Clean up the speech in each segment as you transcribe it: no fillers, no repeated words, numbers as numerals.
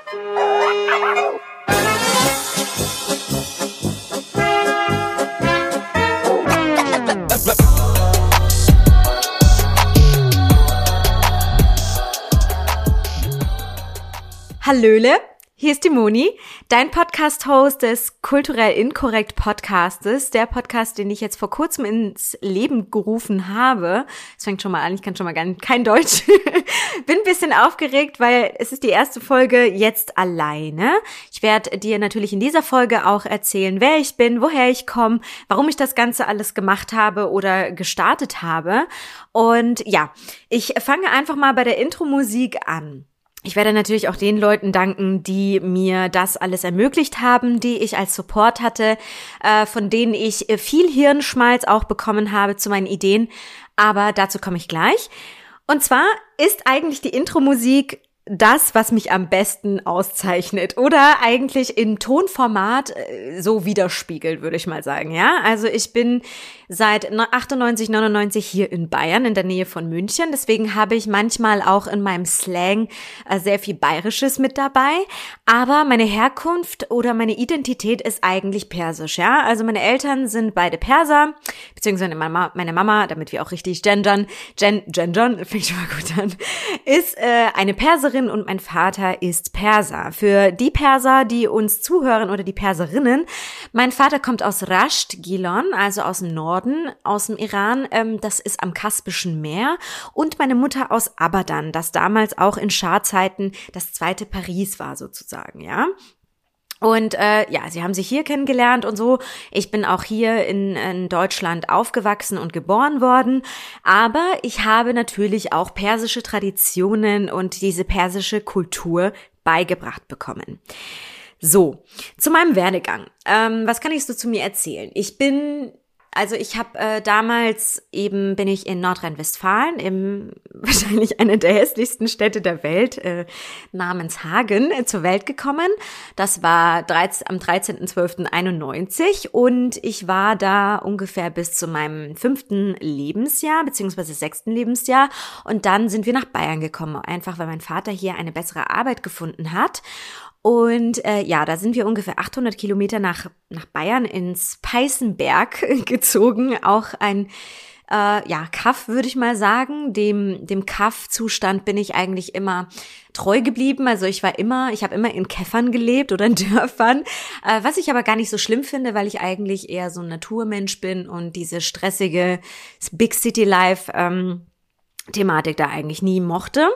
Hallöle, hier ist die Moni, dein Podcast-Host des Kulturell Inkorrekt Podcastes, der Podcast, den ich jetzt vor kurzem ins Leben gerufen habe. Es fängt schon mal an, ich kann schon mal kein Deutsch. Bin ein bisschen aufgeregt, weil es ist die erste Folge jetzt alleine. Ich werde dir natürlich in dieser Folge auch erzählen, wer ich bin, woher ich komme, warum ich das Ganze alles gemacht habe oder gestartet habe. Und ja, ich fange einfach mal bei der Intro-Musik an. Ich werde natürlich auch den Leuten danken, die mir das alles ermöglicht haben, die ich als Support hatte, von denen ich viel Hirnschmalz auch bekommen habe zu meinen Ideen, aber dazu komme ich gleich. Und zwar ist eigentlich die Intro-Musik das, was mich am besten auszeichnet oder eigentlich im Tonformat so widerspiegelt, würde ich mal sagen, ja. Also ich bin seit 98, 99 hier in Bayern, in der Nähe von München. Deswegen habe ich manchmal auch in meinem Slang sehr viel Bayerisches mit dabei. Aber meine Herkunft oder meine Identität ist eigentlich persisch, ja. Also meine Eltern sind beide Perser, beziehungsweise meine Mama, damit wir auch richtig gendern, fängt schon mal gut an, ist eine Perserin und mein Vater ist Perser. Für die Perser, die uns zuhören oder die Perserinnen, mein Vater kommt aus Rasht, Gilon, also aus dem Norden, aus dem Iran, das ist am Kaspischen Meer, und meine Mutter aus Abadan, das damals auch in Schah-Zeiten das zweite Paris war sozusagen, ja. Und sie haben sich hier kennengelernt und so. Ich bin auch hier in Deutschland aufgewachsen und geboren worden. Aber ich habe natürlich auch persische Traditionen und diese persische Kultur beigebracht bekommen. So, zu meinem Werdegang. Was kann ich so zu mir erzählen? Ich habe damals bin ich in Nordrhein-Westfalen, wahrscheinlich eine der hässlichsten Städte der Welt, namens Hagen, zur Welt gekommen. Das war am 13.12.91 und ich war da ungefähr bis zu meinem 5. Lebensjahr, beziehungsweise 6. Lebensjahr, und dann sind wir nach Bayern gekommen, einfach weil mein Vater hier eine bessere Arbeit gefunden hat. Und da sind wir ungefähr 800 Kilometer nach Bayern ins Peißenberg gezogen. Auch ein Kaff, würde ich mal sagen. Dem Kaff-Zustand bin ich eigentlich immer treu geblieben. Also ich habe immer in Käffern gelebt oder in Dörfern, was ich aber gar nicht so schlimm finde, weil ich eigentlich eher so ein Naturmensch bin und diese stressige Big City Life Thematik da eigentlich nie mochte.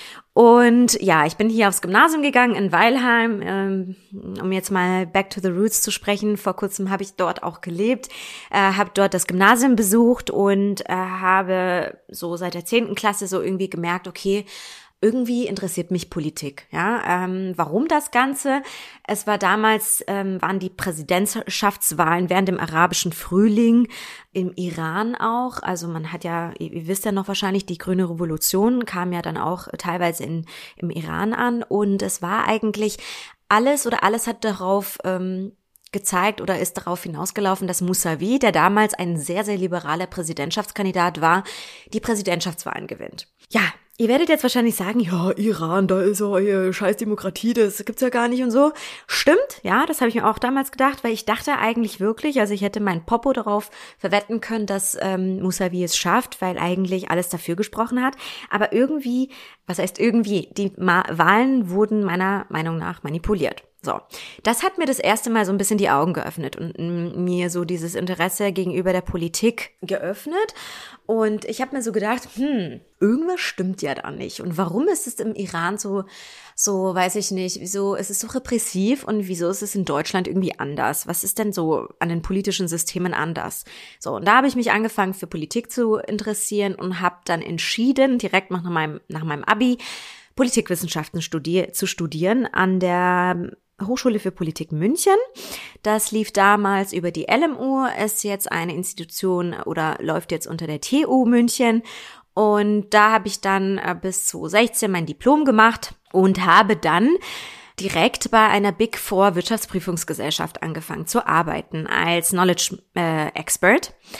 Und ja, ich bin hier aufs Gymnasium gegangen in Weilheim, um jetzt mal back to the roots zu sprechen. Vor kurzem habe ich dort auch gelebt, habe dort das Gymnasium besucht und habe so seit der 10. Klasse so irgendwie gemerkt, okay, irgendwie interessiert mich Politik, ja. Warum das Ganze? Es war damals, waren die Präsidentschaftswahlen während dem arabischen Frühling im Iran auch. Also man hat ja, ihr wisst ja noch wahrscheinlich, die Grüne Revolution kam ja dann auch teilweise im Iran an, und es war eigentlich alles hat darauf gezeigt oder ist darauf hinausgelaufen, dass Mousavi, der damals ein sehr, sehr liberaler Präsidentschaftskandidat war, die Präsidentschaftswahlen gewinnt. Ja, ihr werdet jetzt wahrscheinlich sagen, ja, Iran, da ist so scheiß Demokratie, das gibt's ja gar nicht und so. Stimmt, ja, das habe ich mir auch damals gedacht, weil ich dachte eigentlich wirklich, also ich hätte mein Popo darauf verwetten können, dass Mousavi es schafft, weil eigentlich alles dafür gesprochen hat. Aber irgendwie, was heißt irgendwie, die Wahlen wurden meiner Meinung nach manipuliert. So, das hat mir das erste Mal so ein bisschen die Augen geöffnet und mir so dieses Interesse gegenüber der Politik geöffnet. Und ich habe mir so gedacht, irgendwas stimmt ja da nicht. Und warum ist es im Iran so weiß ich nicht, wieso ist es so repressiv und wieso ist es in Deutschland irgendwie anders? Was ist denn so an den politischen Systemen anders? So, und da habe ich mich angefangen für Politik zu interessieren und habe dann entschieden, direkt nach meinem Abi, Politikwissenschaften zu studieren an der Hochschule für Politik München. Das lief damals über die LMU, ist jetzt eine Institution oder läuft jetzt unter der TU München. Und da habe ich dann bis 2016 mein Diplom gemacht und habe dann direkt bei einer Big Four Wirtschaftsprüfungsgesellschaft angefangen zu arbeiten als Knowledge Expert.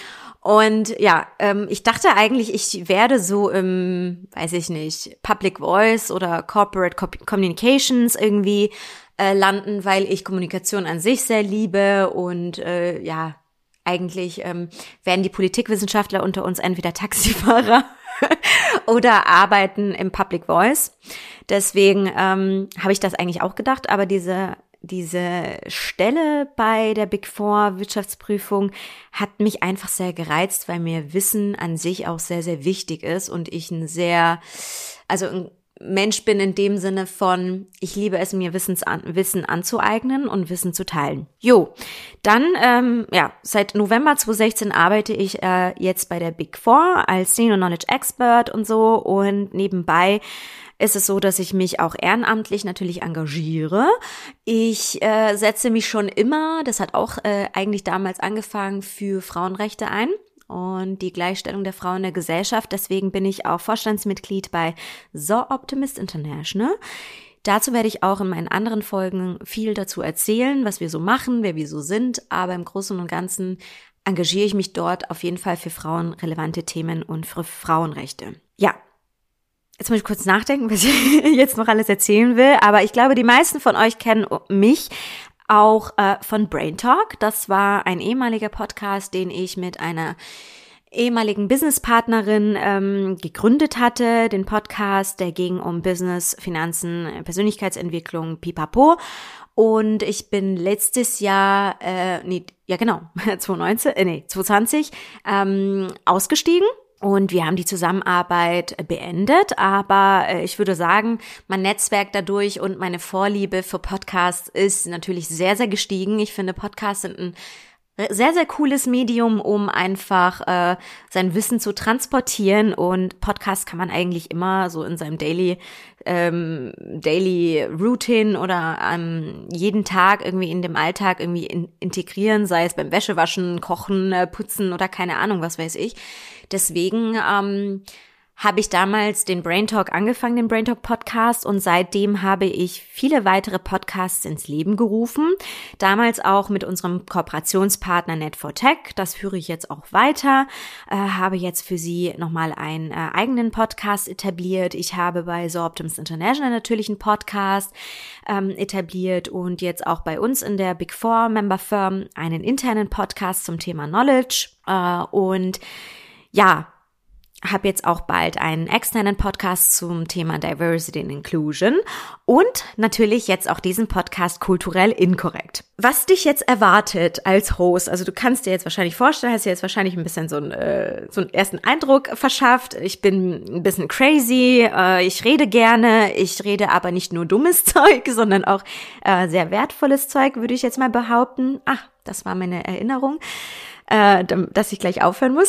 Und ja, ich dachte eigentlich, ich werde so im, ich dachte eigentlich, ich werde so im, weiß ich nicht, Public Voice oder Corporate Communications irgendwie landen, weil ich Kommunikation an sich sehr liebe und eigentlich werden die Politikwissenschaftler unter uns entweder Taxifahrer oder arbeiten im Public Voice. Deswegen habe ich das eigentlich auch gedacht, aber diese Stelle bei der Big Four Wirtschaftsprüfung hat mich einfach sehr gereizt, weil mir Wissen an sich auch sehr, sehr wichtig ist und ich ein Mensch bin in dem Sinne von, ich liebe es, mir Wissen anzueignen und Wissen zu teilen. Dann, seit November 2016 arbeite ich jetzt bei der Big Four als Senior Knowledge Expert und so und nebenbei ist es so, dass ich mich auch ehrenamtlich natürlich engagiere. Ich setze mich schon immer, das hat auch eigentlich damals angefangen, für Frauenrechte ein und die Gleichstellung der Frauen in der Gesellschaft. Deswegen bin ich auch Vorstandsmitglied bei So Optimist International. Dazu werde ich auch in meinen anderen Folgen viel dazu erzählen, was wir so machen, wer wir so sind. Aber im Großen und Ganzen engagiere ich mich dort auf jeden Fall für frauenrelevante Themen und für Frauenrechte. Ja. Jetzt muss ich kurz nachdenken, was ich jetzt noch alles erzählen will. Aber ich glaube, die meisten von euch kennen mich auch von Brain Talk. Das war ein ehemaliger Podcast, den ich mit einer ehemaligen Businesspartnerin gegründet hatte. Den Podcast, der ging um Business, Finanzen, Persönlichkeitsentwicklung, pipapo. Und ich bin letztes Jahr, 2020 ausgestiegen. Und wir haben die Zusammenarbeit beendet, aber ich würde sagen, mein Netzwerk dadurch und meine Vorliebe für Podcasts ist natürlich sehr, sehr gestiegen. Ich finde, Podcasts sind ein sehr, sehr cooles Medium, um einfach sein Wissen zu transportieren, und Podcast kann man eigentlich immer so in seinem Daily Routine oder jeden Tag irgendwie in dem Alltag irgendwie integrieren, sei es beim Wäschewaschen, Kochen, Putzen oder keine Ahnung, was weiß ich. Deswegen habe ich damals den Brain Talk angefangen, den Brain Talk Podcast, und seitdem habe ich viele weitere Podcasts ins Leben gerufen. Damals auch mit unserem Kooperationspartner Net4Tech. Das führe ich jetzt auch weiter. Habe jetzt für sie nochmal einen eigenen Podcast etabliert. Ich habe bei So Optimist International natürlich einen Podcast etabliert und jetzt auch bei uns in der Big Four Member Firm einen internen Podcast zum Thema Knowledge. Und ja, habe jetzt auch bald einen externen Podcast zum Thema Diversity and Inclusion und natürlich jetzt auch diesen Podcast Kulturell Inkorrekt. Was dich jetzt erwartet als Host, also du kannst dir jetzt wahrscheinlich vorstellen, hast dir jetzt wahrscheinlich ein bisschen so einen ersten Eindruck verschafft. Ich bin ein bisschen crazy, ich rede gerne, ich rede aber nicht nur dummes Zeug, sondern auch sehr wertvolles Zeug, würde ich jetzt mal behaupten. Das war meine Erinnerung, dass ich gleich aufhören muss.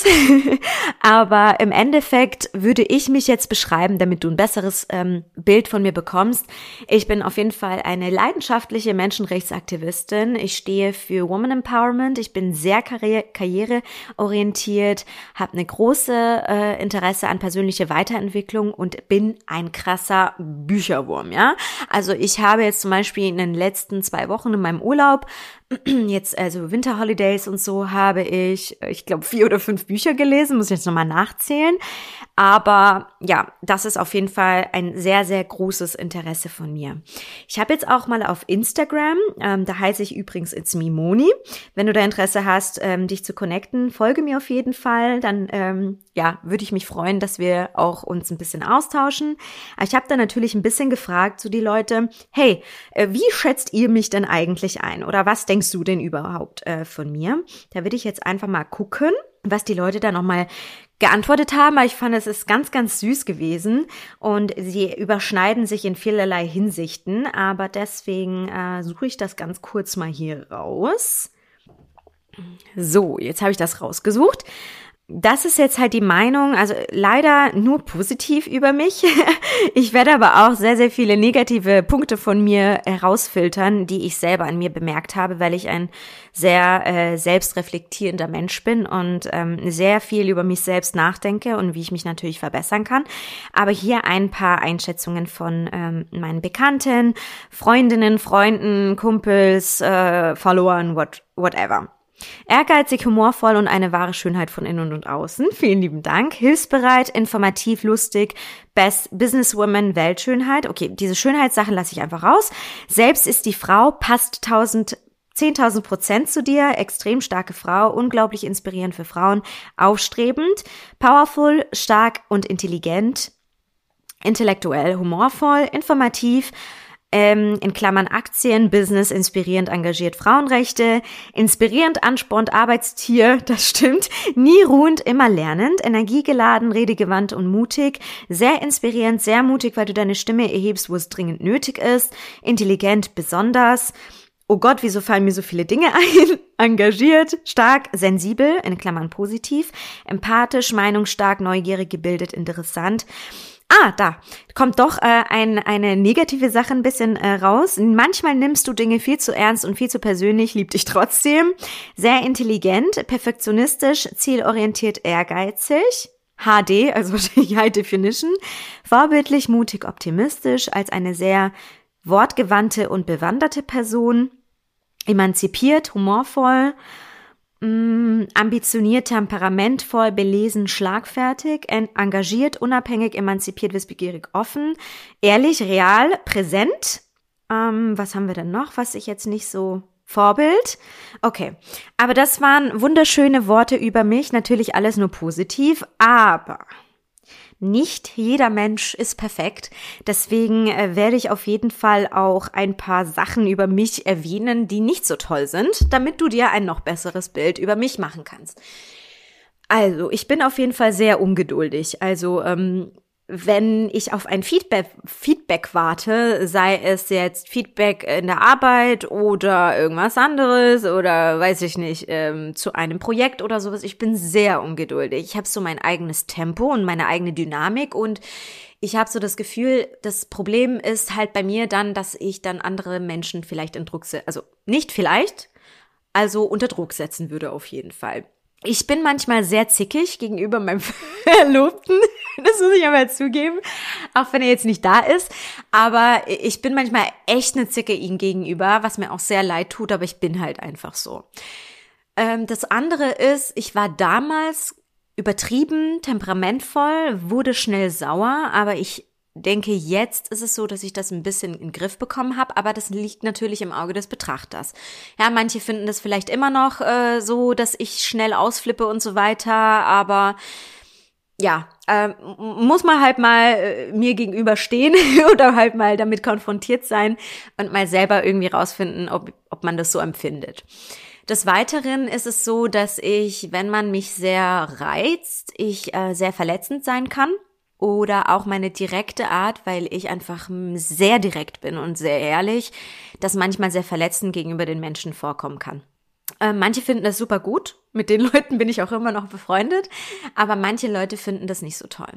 Aber im Endeffekt würde ich mich jetzt beschreiben, damit du ein besseres Bild von mir bekommst. Ich bin auf jeden Fall eine leidenschaftliche Menschenrechtsaktivistin. Ich stehe für Woman Empowerment. Ich bin sehr karriereorientiert, habe eine große Interesse an persönlicher Weiterentwicklung und bin ein krasser Bücherwurm, ja. Also ich habe jetzt zum Beispiel in den letzten 2 Wochen in meinem Urlaub, jetzt also Winter Holidays und so, habe ich glaube 4 oder 5 Bücher gelesen, muss ich jetzt nochmal nachzählen. Aber ja, das ist auf jeden Fall ein sehr, sehr großes Interesse von mir. Ich habe jetzt auch mal auf Instagram, da heiße ich übrigens It's Me Moni. Wenn du da Interesse hast, dich zu connecten, folge mir auf jeden Fall. Dann würde ich mich freuen, dass wir auch uns ein bisschen austauschen. Ich habe da natürlich ein bisschen gefragt zu die Leute, hey, wie schätzt ihr mich denn eigentlich ein? Oder was denkst du denn überhaupt von mir? Da würde ich jetzt einfach mal gucken, was die Leute da nochmal geantwortet haben. Aber ich fand, es ist ganz, ganz süß gewesen und sie überschneiden sich in vielerlei Hinsichten. Aber deswegen suche ich das ganz kurz mal hier raus. So, jetzt habe ich das rausgesucht. Das ist jetzt halt die Meinung, also leider nur positiv über mich. Ich werde aber auch sehr, sehr viele negative Punkte von mir herausfiltern, die ich selber an mir bemerkt habe, weil ich ein sehr selbstreflektierender Mensch bin und sehr viel über mich selbst nachdenke und wie ich mich natürlich verbessern kann. Aber hier ein paar Einschätzungen von meinen Bekannten, Freundinnen, Freunden, Kumpels, Followern, whatever. Ehrgeizig, humorvoll und eine wahre Schönheit von innen und außen. Vielen lieben Dank. Hilfsbereit, informativ, lustig, Best Businesswoman, Weltschönheit. Okay, diese Schönheitssachen lasse ich einfach raus. Selbst ist die Frau, passt 10.000% zu dir, extrem starke Frau, unglaublich inspirierend für Frauen, aufstrebend, powerful, stark und intelligent, intellektuell, humorvoll, informativ, in Klammern Aktien, Business, inspirierend, engagiert, Frauenrechte, inspirierend, anspornend, Arbeitstier, das stimmt, nie ruhend, immer lernend, energiegeladen, redegewandt und mutig, sehr inspirierend, sehr mutig, weil du deine Stimme erhebst, wo es dringend nötig ist, intelligent, besonders, oh Gott, wieso fallen mir so viele Dinge ein? Engagiert, stark, sensibel, in Klammern positiv, empathisch, meinungsstark, neugierig, gebildet, interessant. Da kommt doch eine negative Sache ein bisschen raus. Manchmal nimmst du Dinge viel zu ernst und viel zu persönlich, lieb dich trotzdem. Sehr intelligent, perfektionistisch, zielorientiert, ehrgeizig. HD, also wahrscheinlich High Definition. Vorbildlich, mutig, optimistisch, als eine sehr wortgewandte und bewanderte Person. Emanzipiert, humorvoll, ambitioniert, temperamentvoll, belesen, schlagfertig, engagiert, unabhängig, emanzipiert, wissbegierig, offen, ehrlich, real, präsent. Was haben wir denn noch, was ich jetzt nicht so... Vorbild? Okay, aber das waren wunderschöne Worte über mich, natürlich alles nur positiv, aber... Nicht jeder Mensch ist perfekt, deswegen werde ich auf jeden Fall auch ein paar Sachen über mich erwähnen, die nicht so toll sind, damit du dir ein noch besseres Bild über mich machen kannst. Also, ich bin auf jeden Fall sehr ungeduldig, also wenn ich auf ein Feedback warte, sei es jetzt Feedback in der Arbeit oder irgendwas anderes oder weiß ich nicht, zu einem Projekt oder sowas, ich bin sehr ungeduldig. Ich habe so mein eigenes Tempo und meine eigene Dynamik und ich habe so das Gefühl, das Problem ist halt bei mir dann, dass ich dann andere Menschen vielleicht in Druck setze, also nicht vielleicht, also unter Druck setzen würde auf jeden Fall. Ich bin manchmal sehr zickig gegenüber meinem Verlobten, das muss ich aber zugeben, auch wenn er jetzt nicht da ist, aber ich bin manchmal echt eine Zicke ihm gegenüber, was mir auch sehr leid tut, aber ich bin halt einfach so. Das andere ist, ich war damals übertrieben, temperamentvoll, wurde schnell sauer, aber ich denke, jetzt ist es so, dass ich das ein bisschen in den Griff bekommen habe, aber das liegt natürlich im Auge des Betrachters. Ja, manche finden das vielleicht immer noch so, dass ich schnell ausflippe und so weiter, aber ja, muss man halt mal mir gegenüberstehen oder halt mal damit konfrontiert sein und mal selber irgendwie rausfinden, ob man das so empfindet. Des Weiteren ist es so, dass ich, wenn man mich sehr reizt, ich sehr verletzend sein kann. Oder auch meine direkte Art, weil ich einfach sehr direkt bin und sehr ehrlich, das manchmal sehr verletzend gegenüber den Menschen vorkommen kann. Manche finden das super gut, mit den Leuten bin ich auch immer noch befreundet, aber manche Leute finden das nicht so toll.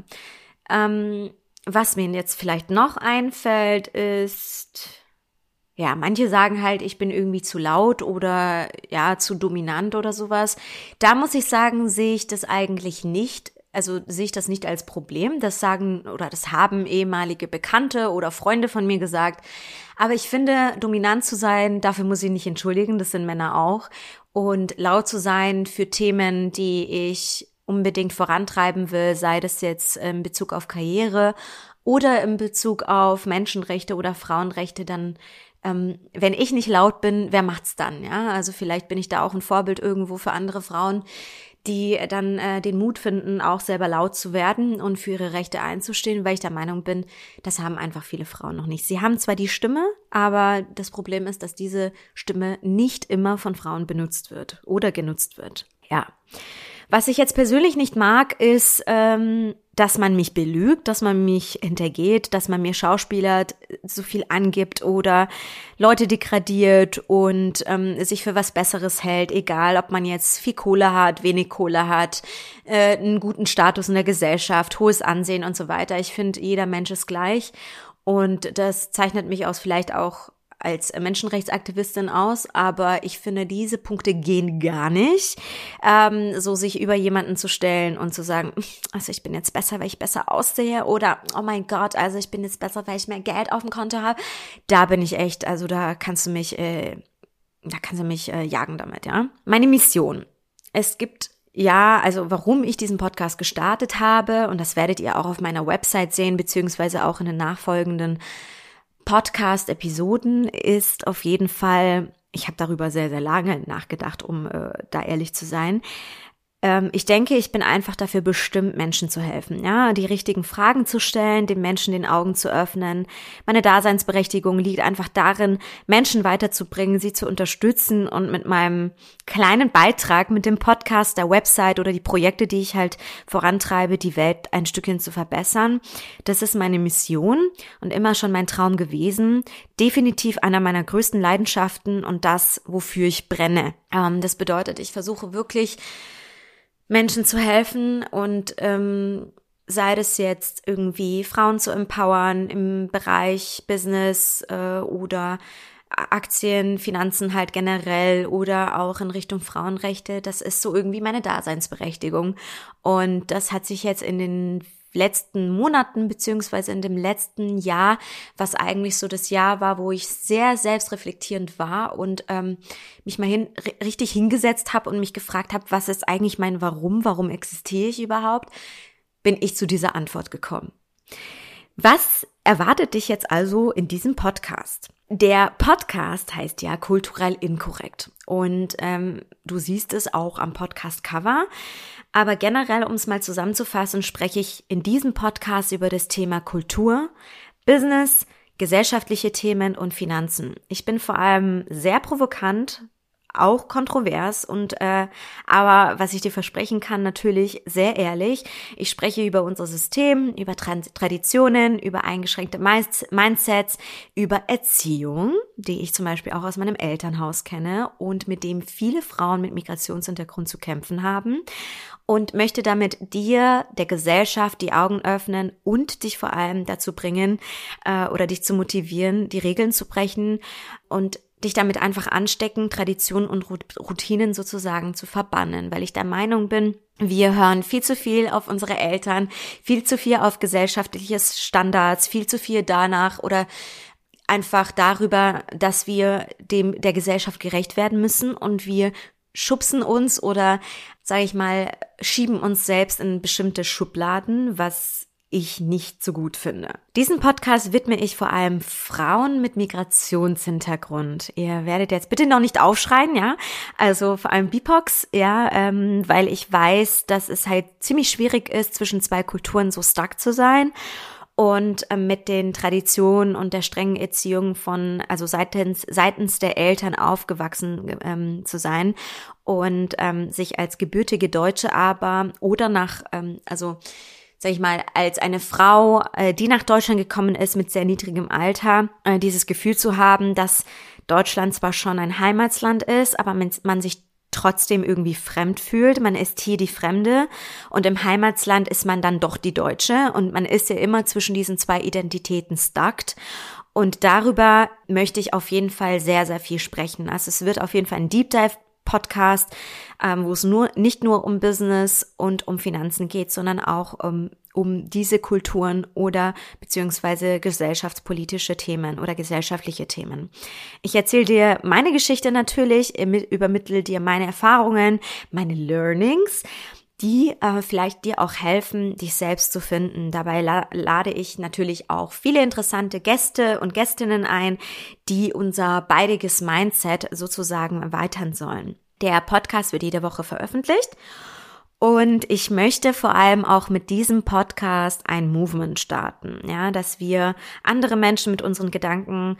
Was mir jetzt vielleicht noch einfällt, ist, ja, manche sagen halt, ich bin irgendwie zu laut oder ja, zu dominant oder sowas. Da muss ich sagen, sehe ich das eigentlich nicht. Also sehe ich das nicht als Problem, das sagen oder das haben ehemalige Bekannte oder Freunde von mir gesagt. Aber ich finde, dominant zu sein, dafür muss ich nicht entschuldigen, das sind Männer auch. Und laut zu sein für Themen, die ich unbedingt vorantreiben will, sei das jetzt in Bezug auf Karriere oder in Bezug auf Menschenrechte oder Frauenrechte, dann wenn ich nicht laut bin, wer macht's dann? Ja, also vielleicht bin ich da auch ein Vorbild irgendwo für andere Frauen, die dann den Mut finden, auch selber laut zu werden und für ihre Rechte einzustehen, weil ich der Meinung bin, das haben einfach viele Frauen noch nicht. Sie haben zwar die Stimme, aber das Problem ist, dass diese Stimme nicht immer von Frauen benutzt wird oder genutzt wird. Ja. Was ich jetzt persönlich nicht mag, ist, dass man mich belügt, dass man mich hintergeht, dass man mir schauspielert, so viel angibt oder Leute degradiert und sich für was Besseres hält, egal ob man jetzt viel Kohle hat, wenig Kohle hat, einen guten Status in der Gesellschaft, hohes Ansehen und so weiter. Ich finde, jeder Mensch ist gleich und das zeichnet mich aus vielleicht auch als Menschenrechtsaktivistin aus, aber ich finde, diese Punkte gehen gar nicht, so sich über jemanden zu stellen und zu sagen, also ich bin jetzt besser, weil ich besser aussehe oder oh mein Gott, also ich bin jetzt besser, weil ich mehr Geld auf dem Konto habe. Da bin ich echt, also da kannst du mich da kannst du mich jagen damit, ja. Meine Mission. Es gibt also warum ich diesen Podcast gestartet habe, und das werdet ihr auch auf meiner Website sehen, beziehungsweise auch in den nachfolgenden Podcast-Episoden, ist auf jeden Fall, ich habe darüber sehr, sehr lange nachgedacht, um da ehrlich zu sein. Ich denke, ich bin einfach dafür bestimmt, Menschen zu helfen, ja, die richtigen Fragen zu stellen, den Menschen den Augen zu öffnen. Meine Daseinsberechtigung liegt einfach darin, Menschen weiterzubringen, sie zu unterstützen und mit meinem kleinen Beitrag, mit dem Podcast, der Website oder die Projekte, die ich halt vorantreibe, die Welt ein Stückchen zu verbessern. Das ist meine Mission und immer schon mein Traum gewesen. Definitiv einer meiner größten Leidenschaften und das, wofür ich brenne. Das bedeutet, ich versuche wirklich, Menschen zu helfen und sei das jetzt irgendwie Frauen zu empowern im Bereich Business oder Aktien, Finanzen halt generell oder auch in Richtung Frauenrechte. Das ist so irgendwie meine Daseinsberechtigung. Und das hat sich jetzt in den letzten Monaten beziehungsweise in dem letzten Jahr, was eigentlich so das Jahr war, wo ich sehr selbstreflektierend war und mich mal richtig hingesetzt habe und mich gefragt habe, was ist eigentlich mein Warum existiere ich überhaupt, bin ich zu dieser Antwort gekommen. Was erwartet dich jetzt also in diesem Podcast? Der Podcast heißt ja kulturell inkorrekt und du siehst es auch am Podcast-Cover. Aber generell, um es mal zusammenzufassen, spreche ich in diesem Podcast über das Thema Kultur, Business, gesellschaftliche Themen und Finanzen. Ich bin vor allem sehr provokant, auch kontrovers und aber was ich dir versprechen kann, natürlich sehr ehrlich. Ich spreche über unser System, über Traditionen, über eingeschränkte Mindsets, über Erziehung, die ich zum Beispiel auch aus meinem Elternhaus kenne und mit dem viele Frauen mit Migrationshintergrund zu kämpfen haben und möchte damit dir, der Gesellschaft, die Augen öffnen und dich vor allem dazu bringen oder dich zu motivieren, die Regeln zu brechen und dich damit einfach anstecken, Traditionen und Routinen sozusagen zu verbannen, weil ich der Meinung bin, wir hören viel zu viel auf unsere Eltern, viel zu viel auf gesellschaftliche Standards, viel zu viel danach oder einfach darüber, dass wir der Gesellschaft gerecht werden müssen und wir schubsen uns oder, sage ich mal, schieben uns selbst in bestimmte Schubladen, was ich nicht so gut finde. Diesen Podcast widme ich vor allem Frauen mit Migrationshintergrund. Ihr werdet jetzt bitte noch nicht aufschreien, ja, also vor allem BIPOX, ja, weil ich weiß, dass es halt ziemlich schwierig ist, zwischen zwei Kulturen so stuck zu sein und mit den Traditionen und der strengen Erziehung also seitens der Eltern aufgewachsen zu sein und sich als gebürtige Deutsche aber oder sag ich mal, als eine Frau, die nach Deutschland gekommen ist mit sehr niedrigem Alter, dieses Gefühl zu haben, dass Deutschland zwar schon ein Heimatland ist, aber man sich trotzdem irgendwie fremd fühlt. Man ist hier die Fremde und im Heimatland ist man dann doch die Deutsche und man ist ja immer zwischen diesen zwei Identitäten stuck. Und darüber möchte ich auf jeden Fall sehr, sehr viel sprechen. Also es wird auf jeden Fall ein Deep Dive Podcast, wo es nicht nur um Business und um Finanzen geht, sondern auch um diese Kulturen oder beziehungsweise gesellschaftspolitische Themen oder gesellschaftliche Themen. Ich erzähle dir meine Geschichte natürlich, übermittle dir meine Erfahrungen, meine Learnings, die vielleicht dir auch helfen, dich selbst zu finden. Dabei lade ich natürlich auch viele interessante Gäste und Gästinnen ein, die unser beidiges Mindset sozusagen erweitern sollen. Der Podcast wird jede Woche veröffentlicht und ich möchte vor allem auch mit diesem Podcast ein Movement starten, ja, dass wir andere Menschen mit unseren Gedanken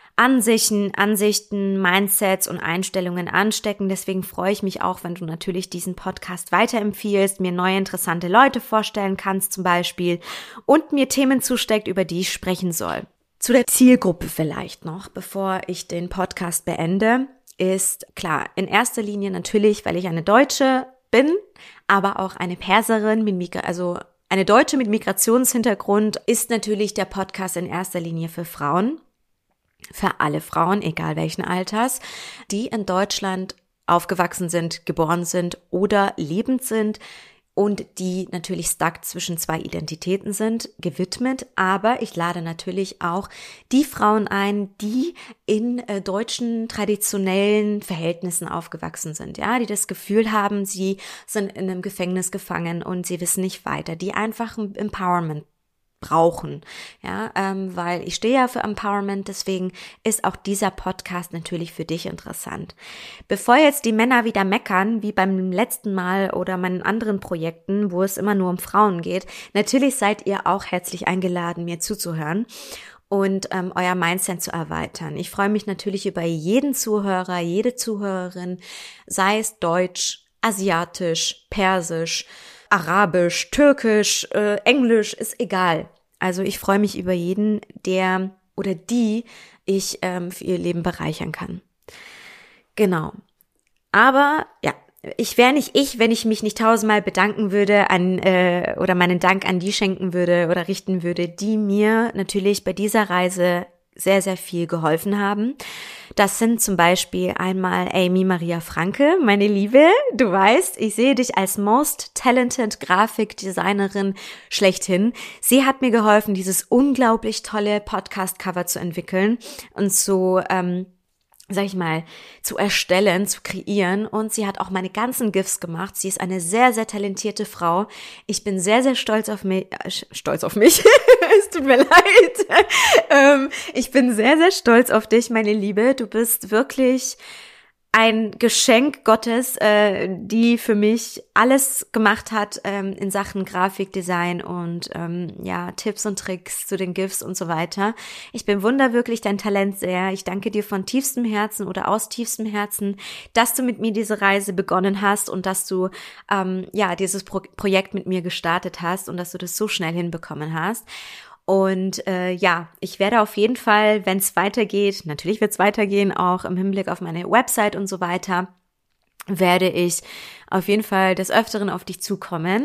Ansichten, Mindsets und Einstellungen anstecken. Deswegen freue ich mich auch, wenn du natürlich diesen Podcast weiterempfiehlst, mir neue interessante Leute vorstellen kannst zum Beispiel und mir Themen zusteckt, über die ich sprechen soll. Zu der Zielgruppe vielleicht noch, bevor ich den Podcast beende, ist klar, in erster Linie natürlich, weil ich eine Deutsche bin, aber auch eine Perserin, eine Deutsche mit Migrationshintergrund, ist natürlich der Podcast in erster Linie für Frauen. Für alle Frauen, egal welchen Alters, die in Deutschland aufgewachsen sind, geboren sind oder lebend sind, und die natürlich stuck zwischen zwei Identitäten sind, gewidmet. Aber ich lade natürlich auch die Frauen ein, die in deutschen traditionellen Verhältnissen aufgewachsen sind, ja, die das Gefühl haben, sie sind in einem Gefängnis gefangen und sie wissen nicht weiter, die einfach ein Empowerment brauchen, ja, weil ich stehe ja für Empowerment, deswegen ist auch dieser Podcast natürlich für dich interessant. Bevor jetzt die Männer wieder meckern, wie beim letzten Mal oder meinen anderen Projekten, wo es immer nur um Frauen geht, natürlich seid ihr auch herzlich eingeladen, mir zuzuhören und euer Mindset zu erweitern. Ich freue mich natürlich über jeden Zuhörer, jede Zuhörerin, sei es deutsch, asiatisch, persisch, Arabisch, Türkisch, Englisch, ist egal. Also ich freue mich über jeden, der oder die ich für ihr Leben bereichern kann. Genau. Aber ja, ich wäre nicht ich, wenn ich mich nicht tausendmal bedanken würde oder meinen Dank an die schenken würde oder richten würde, die mir natürlich bei dieser Reise sehr, sehr viel geholfen haben. Das sind zum Beispiel einmal Amy Maria Franke, meine Liebe. Du weißt, ich sehe dich als most talented Grafikdesignerin schlechthin. Sie hat mir geholfen, dieses unglaublich tolle Podcast-Cover zu entwickeln und so sag ich mal, zu erstellen, zu kreieren, und sie hat auch meine ganzen GIFs gemacht. Sie ist eine sehr, sehr talentierte Frau. Ich bin sehr, sehr stolz auf mich, es tut mir leid. Ich bin sehr, sehr stolz auf dich, meine Liebe. Du bist wirklich ein Geschenk Gottes, die für mich alles gemacht hat in Sachen Grafikdesign und Tipps und Tricks zu den GIFs und so weiter. Ich bewundere wirklich dein Talent sehr. Ich danke dir von tiefstem Herzen oder aus tiefstem Herzen, dass du mit mir diese Reise begonnen hast und dass du dieses Projekt mit mir gestartet hast und dass du das so schnell hinbekommen hast. Und ich werde auf jeden Fall, wenn es weitergeht, natürlich wird es weitergehen, auch im Hinblick auf meine Website und so weiter, werde ich auf jeden Fall des Öfteren auf dich zukommen.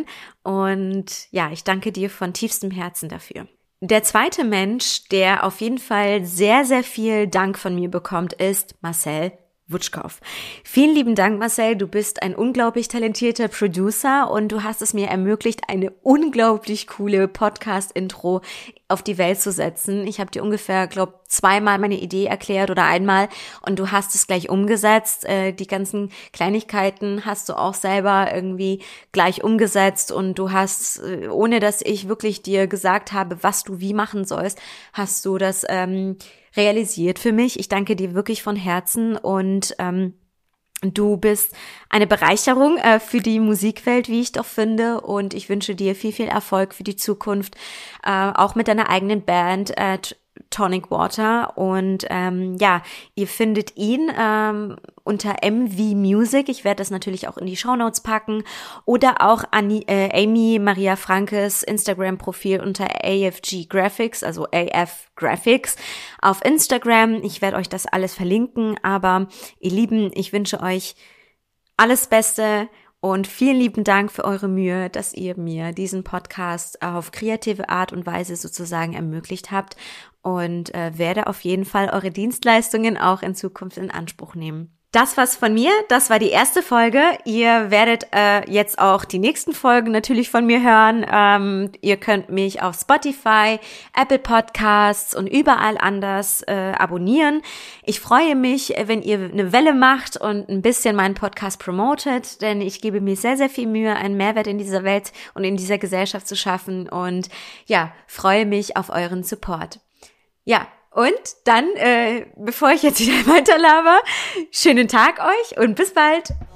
Und ja, ich danke dir von tiefstem Herzen dafür. Der zweite Mensch, der auf jeden Fall sehr, sehr viel Dank von mir bekommt, ist Marcel Wutschkow. Vielen lieben Dank, Marcel. Du bist ein unglaublich talentierter Producer und du hast es mir ermöglicht, eine unglaublich coole Podcast-Intro auf die Welt zu setzen. Ich habe dir ungefähr, zweimal meine Idee erklärt oder einmal und du hast es gleich umgesetzt. Die ganzen Kleinigkeiten hast du auch selber irgendwie gleich umgesetzt und du hast, ohne dass ich wirklich dir gesagt habe, was du wie machen sollst, hast du das realisiert für mich. Ich danke dir wirklich von Herzen und du bist eine Bereicherung für die Musikwelt, wie ich doch finde, und ich wünsche dir viel, viel Erfolg für die Zukunft, auch mit deiner eigenen Band Tonic Water, und ihr findet ihn unter MV Music. Ich werde das natürlich auch in die Shownotes packen, oder auch Amy Maria Frankes Instagram-Profil unter AFG Graphics, also AF Graphics auf Instagram. Ich werde euch das alles verlinken, aber ihr Lieben, ich wünsche euch alles Beste und vielen lieben Dank für eure Mühe, dass ihr mir diesen Podcast auf kreative Art und Weise sozusagen ermöglicht habt, und werde auf jeden Fall eure Dienstleistungen auch in Zukunft in Anspruch nehmen. Das war's von mir, das war die erste Folge. Ihr werdet jetzt auch die nächsten Folgen natürlich von mir hören. Ihr könnt mich auf Spotify, Apple Podcasts und überall anders abonnieren. Ich freue mich, wenn ihr eine Welle macht und ein bisschen meinen Podcast promotet, denn ich gebe mir sehr, sehr viel Mühe, einen Mehrwert in dieser Welt und in dieser Gesellschaft zu schaffen, und freue mich auf euren Support. Ja, und dann, bevor ich jetzt wieder weiterlaber, schönen Tag euch und bis bald!